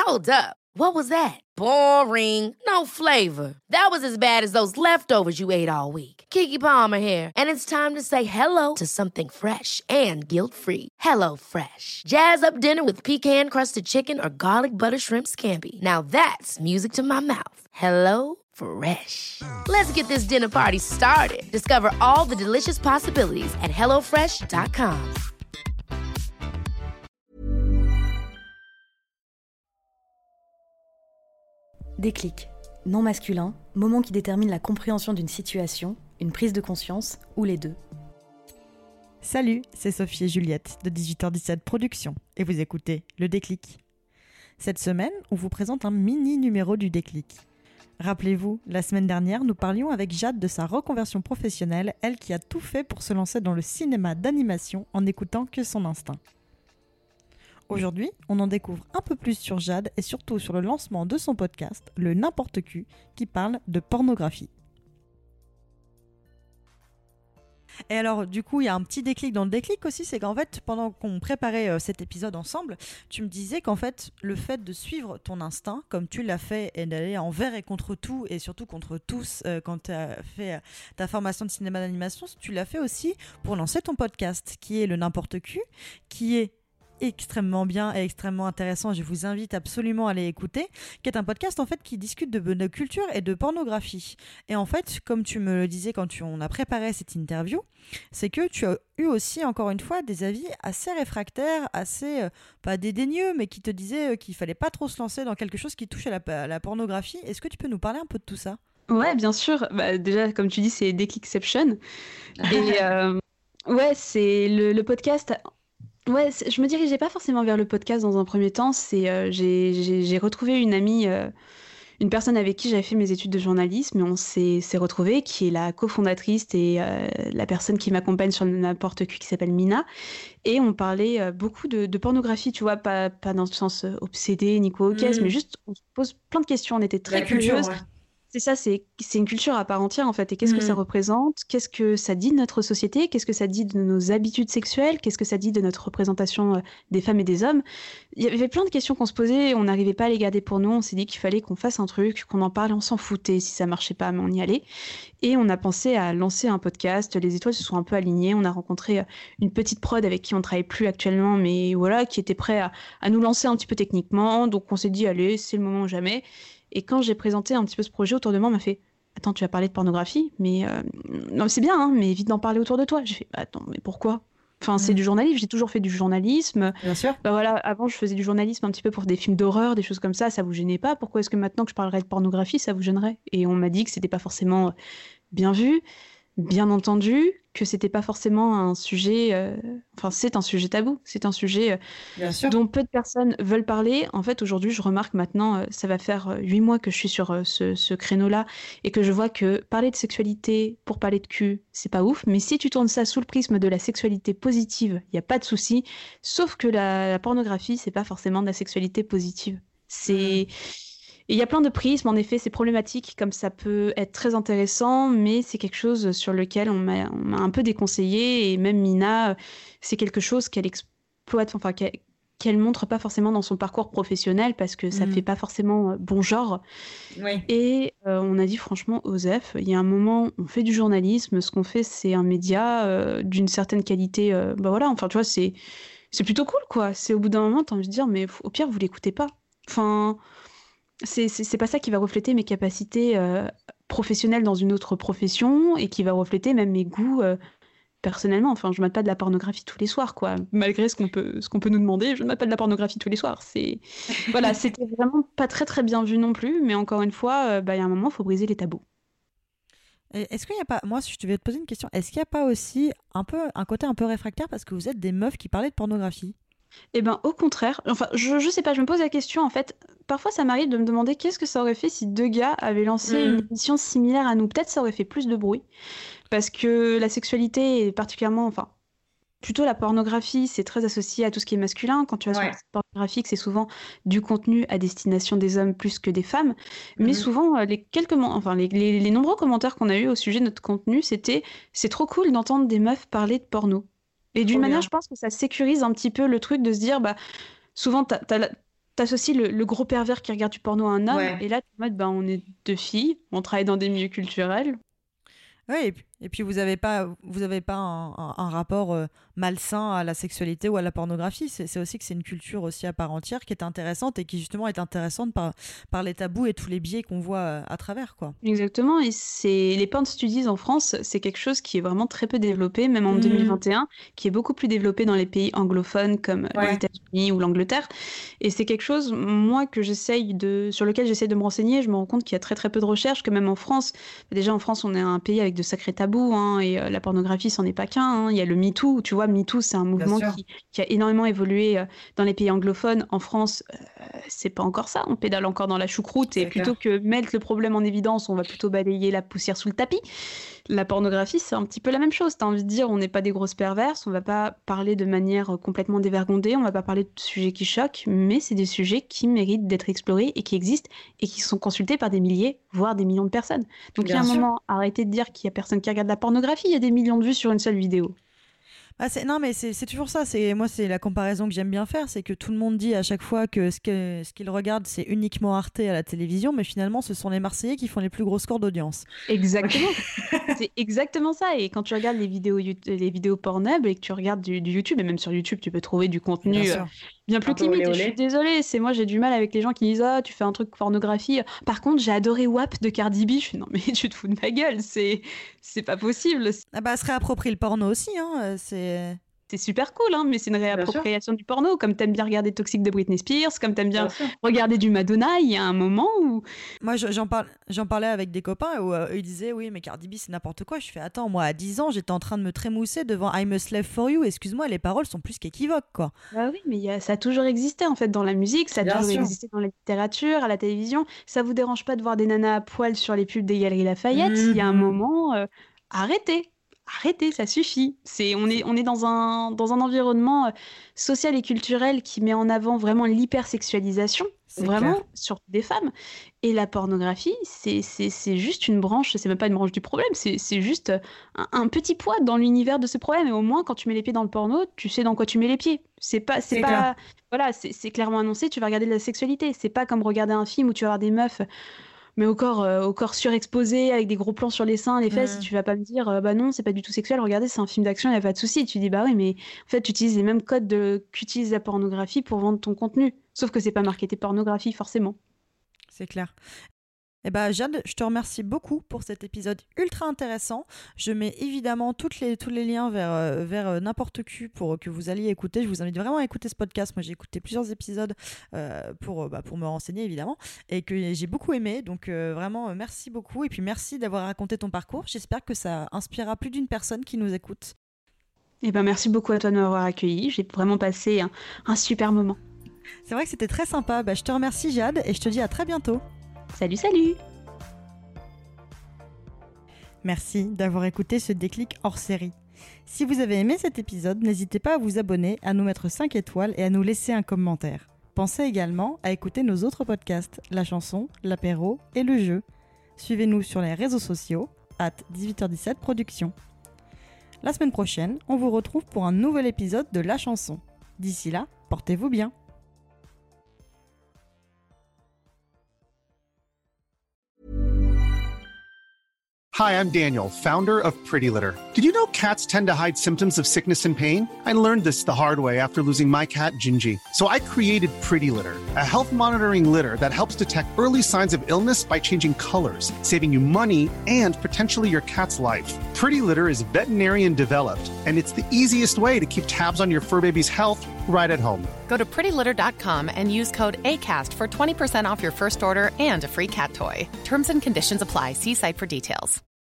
Hold up. What was that? Boring. No flavor. That was as bad as those leftovers you ate all week. Keke Palmer here, and it's time to say hello to something fresh and guilt-free. Hello Fresh. Jazz up dinner with pecan-crusted chicken or garlic butter shrimp scampi. Now that's music to my mouth. Hello Fresh. Let's get this dinner party started. Discover all the delicious possibilities at hellofresh.com. Déclic, nom masculin, moment qui détermine la compréhension d'une situation, une prise de conscience ou les deux. Salut, c'est Sophie et Juliette de 18h17 Productions et vous écoutez Le Déclic. Cette semaine, on vous présente un mini numéro du Déclic. Rappelez-vous, la semaine dernière, nous parlions avec Jade de sa reconversion professionnelle, elle qui a tout fait pour se lancer dans le cinéma d'animation en n'écoutant que son instinct. Aujourd'hui, on en découvre un peu plus sur Jade et surtout sur le lancement de son podcast, le N'importe Q, qui parle de pornographie. Et alors, du coup, il y a un petit déclic dans le déclic aussi, c'est qu'en fait, pendant qu'on préparait cet épisode ensemble, tu me disais qu'en fait, le fait de suivre ton instinct, comme tu l'as fait, et d'aller envers et contre tout, et surtout contre tous, quand tu as fait ta formation de cinéma d'animation, tu l'as fait aussi pour lancer ton podcast, qui est le N'importe Q, qui est extrêmement bien et extrêmement intéressant, je vous invite absolument à aller écouter, qui est un podcast en fait qui discute de culture et de pornographie. Et en fait, comme tu me le disais quand on a préparé cette interview, c'est que tu as eu aussi encore une fois des avis assez réfractaires, assez pas dédaigneux, mais qui te disaient qu'il fallait pas trop se lancer dans quelque chose qui touche à la pornographie. Est-ce que tu peux nous parler un peu de tout ça ? Ouais, bien sûr. Bah, déjà, comme tu dis, c'est Déclicception. Et ouais, c'est le podcast. Ouais, je me dirigeais pas forcément vers le podcast dans un premier temps. J'ai retrouvé une amie, une personne avec qui j'avais fait mes études de journalisme, et on s'est retrouvés, qui est la cofondatrice et la personne qui m'accompagne sur le N'importe Q, qui s'appelle Mina. Et on parlait beaucoup de pornographie, tu vois, pas dans le sens obsédé ni cocasse, mais juste on se pose plein de questions. On était très curieuses. Ouais. C'est ça, c'est une culture à part entière en fait. Et qu'est-ce que ça représente ? Qu'est-ce que ça dit de notre société ? Qu'est-ce que ça dit de nos habitudes sexuelles ? Qu'est-ce que ça dit de notre représentation des femmes et des hommes ? Il y avait plein de questions qu'on se posait et on n'arrivait pas à les garder pour nous. On s'est dit qu'il fallait qu'on fasse un truc, qu'on en parle et on s'en foutait si ça marchait pas, mais on y allait. Et on a pensé à lancer un podcast. Les étoiles se sont un peu alignées. On a rencontré une petite prod avec qui on travaille plus actuellement, mais voilà, qui était prêt à nous lancer un petit peu techniquement. Donc on s'est dit, allez, c'est le moment ou jamais. Et quand j'ai présenté un petit peu ce projet autour de moi, on m'a fait « Attends, tu vas parler de pornographie ? Mais non, c'est bien, hein, mais évite d'en parler autour de toi. » J'ai fait « Attends, mais pourquoi ? Enfin, c'est du journalisme, j'ai toujours fait du journalisme. Bien sûr. Bah voilà, avant, je faisais du journalisme un petit peu pour des films d'horreur, des choses comme ça vous gênait pas ? Pourquoi est-ce que maintenant que je parlerais de pornographie, ça vous gênerait ? Et on m'a dit que c'était pas forcément bien vu, bien entendu, que c'était pas forcément un sujet... Enfin, c'est un sujet tabou, c'est un sujet dont peu de personnes veulent parler. En fait, aujourd'hui, je remarque maintenant, ça va faire 8 mois que je suis sur ce créneau-là et que je vois que parler de sexualité pour parler de cul, c'est pas ouf. Mais si tu tournes ça sous le prisme de la sexualité positive, il n'y a pas de souci. Sauf que la pornographie, c'est pas forcément de la sexualité positive. C'est... Et il y a plein de prismes, en effet, c'est problématique, comme ça peut être très intéressant, mais c'est quelque chose sur lequel on m'a un peu déconseillé, et même Mina, c'est quelque chose qu'elle exploite, enfin qu'elle montre pas forcément dans son parcours professionnel, parce que ça fait pas forcément bon genre. Oui. Et on a dit franchement, Osef, il y a un moment, on fait du journalisme, ce qu'on fait, c'est un média d'une certaine qualité, bah voilà, enfin tu vois, c'est plutôt cool, quoi. C'est au bout d'un moment, t'as envie de dire, mais au pire, vous l'écoutez pas. Enfin... C'est pas ça qui va refléter mes capacités professionnelles dans une autre profession et qui va refléter même mes goûts personnellement. Enfin, je mate pas de la pornographie tous les soirs, quoi. Malgré ce qu'on peut nous demander, je ne mate pas de la pornographie tous les soirs. Voilà, c'était vraiment pas très très bien vu non plus, mais encore une fois, il y a un moment, il faut briser les tabous. Est-ce qu'il n'y a pas, moi, si je devais te poser une question, est-ce qu'il n'y a pas aussi un côté un peu réfractaire parce que vous êtes des meufs qui parlaient de pornographie ? Eh ben, au contraire, enfin, je sais pas, je me pose la question, en fait, parfois ça m'arrive de me demander qu'est-ce que ça aurait fait si 2 gars avaient lancé une émission similaire à nous. Peut-être ça aurait fait plus de bruit, parce que la sexualité est particulièrement, enfin, plutôt la pornographie, c'est très associé à tout ce qui est masculin. Quand tu vas sur le site pornographique, c'est souvent du contenu à destination des hommes plus que des femmes. Mais souvent, les nombreux commentaires qu'on a eus au sujet de notre contenu, c'était « c'est trop cool d'entendre des meufs parler de porno ». Et d'une manière, je pense que ça sécurise un petit peu le truc de se dire, bah, souvent, t'as t'associes le gros pervers qui regarde du porno à un homme, Ouais. et là, t'es en mode, on est 2 filles, on travaille dans des milieux culturels. Oui, et puis vous avez pas un rapport malsain à la sexualité ou à la pornographie. C'est aussi que c'est une culture aussi à part entière qui est intéressante et qui justement est intéressante par les tabous et tous les biais qu'on voit à travers, quoi. Exactement, et les porn studies en France, c'est quelque chose qui est vraiment très peu développé, même en 2021, qui est beaucoup plus développé dans les pays anglophones comme les États-Unis ou l'Angleterre. Et c'est quelque chose, moi, sur lequel j'essaie de me renseigner. Je me rends compte qu'il y a très très peu de recherches, que même en France, déjà en France, on est un pays avec de sacrés tabous, hein, et la pornographie, c'en est pas qu'un, hein. Il y a le MeToo, tu vois, MeToo, c'est un mouvement qui a énormément évolué dans les pays anglophones. En France, c'est pas encore ça, on pédale encore dans la choucroute, et plutôt que mettre le problème en évidence, on va plutôt balayer la poussière sous le tapis. La pornographie, c'est un petit peu la même chose. T'as envie de dire, on n'est pas des grosses perverses, on va pas parler de manière complètement dévergondée, on va pas parler de sujets qui choquent, mais c'est des sujets qui méritent d'être explorés et qui existent et qui sont consultés par des milliers, voire des millions de personnes. Donc il y a un moment, arrêtez de dire qu'il y a personne qui regarde la pornographie, il y a des millions de vues sur une seule vidéo. Non, mais c'est toujours ça. Moi, c'est la comparaison que j'aime bien faire, c'est que tout le monde dit à chaque fois que ce qu'ils regardent, c'est uniquement Arte à la télévision, mais finalement, ce sont les Marseillais qui font les plus gros scores d'audience. Exactement. C'est exactement ça. Et quand tu regardes les vidéos Pornhub et que tu regardes du YouTube, et même sur YouTube, tu peux trouver du contenu bien plus timide. Et je suis désolée, moi j'ai du mal avec les gens qui disent tu fais un truc pornographie. Par contre, j'ai adoré WAP de Cardi B. Je fais non mais tu te fous de ma gueule, c'est pas possible. Se réapproprier le porno aussi, hein, c'est super cool, hein, mais c'est une réappropriation du porno. Comme t'aimes bien regarder Toxic de Britney Spears, comme t'aimes bien regarder du Madonna, il y a un moment où... Moi, j'en parlais avec des copains où ils disaient oui, mais Cardi B, c'est n'importe quoi. Je fais attends, moi, à 10 ans, j'étais en train de me trémousser devant I'm a Slave for You. Excuse-moi, les paroles sont plus qu'équivoques, quoi. Bah oui, mais ça a toujours existé, en fait, dans la musique, ça a toujours existé dans la littérature, à la télévision. Ça vous dérange pas de voir des nanas à poil sur les pubs des Galeries Lafayette? Il y a un moment, arrêtez, ça suffit. On est dans un environnement social et culturel qui met en avant vraiment l'hypersexualisation, vraiment, surtout des femmes. Et la pornographie, c'est juste une branche, c'est même pas une branche du problème, c'est juste un petit poids dans l'univers de ce problème. Et au moins, quand tu mets les pieds dans le porno, tu sais dans quoi tu mets les pieds. C'est clairement annoncé, tu vas regarder de la sexualité. C'est pas comme regarder un film où tu vas avoir des meufs mais au corps surexposé, avec des gros plans sur les seins, les fesses, tu vas pas me dire bah non, c'est pas du tout sexuel, regardez, c'est un film d'action, il y a pas de souci. Tu dis bah oui, mais en fait, tu utilises les mêmes codes qu'utilise la pornographie pour vendre ton contenu. Sauf que c'est pas marketé pornographie, forcément. C'est clair. Eh ben, Jade, je te remercie beaucoup pour cet épisode ultra intéressant. Je mets évidemment tous les liens vers n'importe qui pour que vous alliez écouter. Je vous invite vraiment à écouter ce podcast. Moi, j'ai écouté plusieurs épisodes pour me renseigner, évidemment, et que j'ai beaucoup aimé. Donc, vraiment, merci beaucoup. Et puis, merci d'avoir raconté ton parcours. J'espère que ça inspirera plus d'une personne qui nous écoute. Eh ben, merci beaucoup à toi de m'avoir accueilli. J'ai vraiment passé un super moment. C'est vrai que c'était très sympa. Je te remercie, Jade, et je te dis à très bientôt. Salut. Merci d'avoir écouté ce déclic hors série. Si vous avez aimé cet épisode, n'hésitez pas à vous abonner, à nous mettre 5 étoiles et à nous laisser un commentaire. Pensez également à écouter nos autres podcasts, La Chanson, l'Apéro et Le Jeu. Suivez-nous sur les réseaux sociaux, @18h17 Productions. La semaine prochaine, on vous retrouve pour un nouvel épisode de La Chanson. D'ici là, portez-vous bien. Hi, I'm Daniel, founder of Pretty Litter. Did you know cats tend to hide symptoms of sickness and pain? I learned this the hard way after losing my cat, Gingy. So I created Pretty Litter, a health monitoring litter that helps detect early signs of illness by changing colors, saving you money and potentially your cat's life. Pretty Litter is veterinarian developed, and it's the easiest way to keep tabs on your fur baby's health right at home. Go to prettylitter.com and use code ACAST for 20% off your first order and a free cat toy. Terms and conditions apply. See site for details.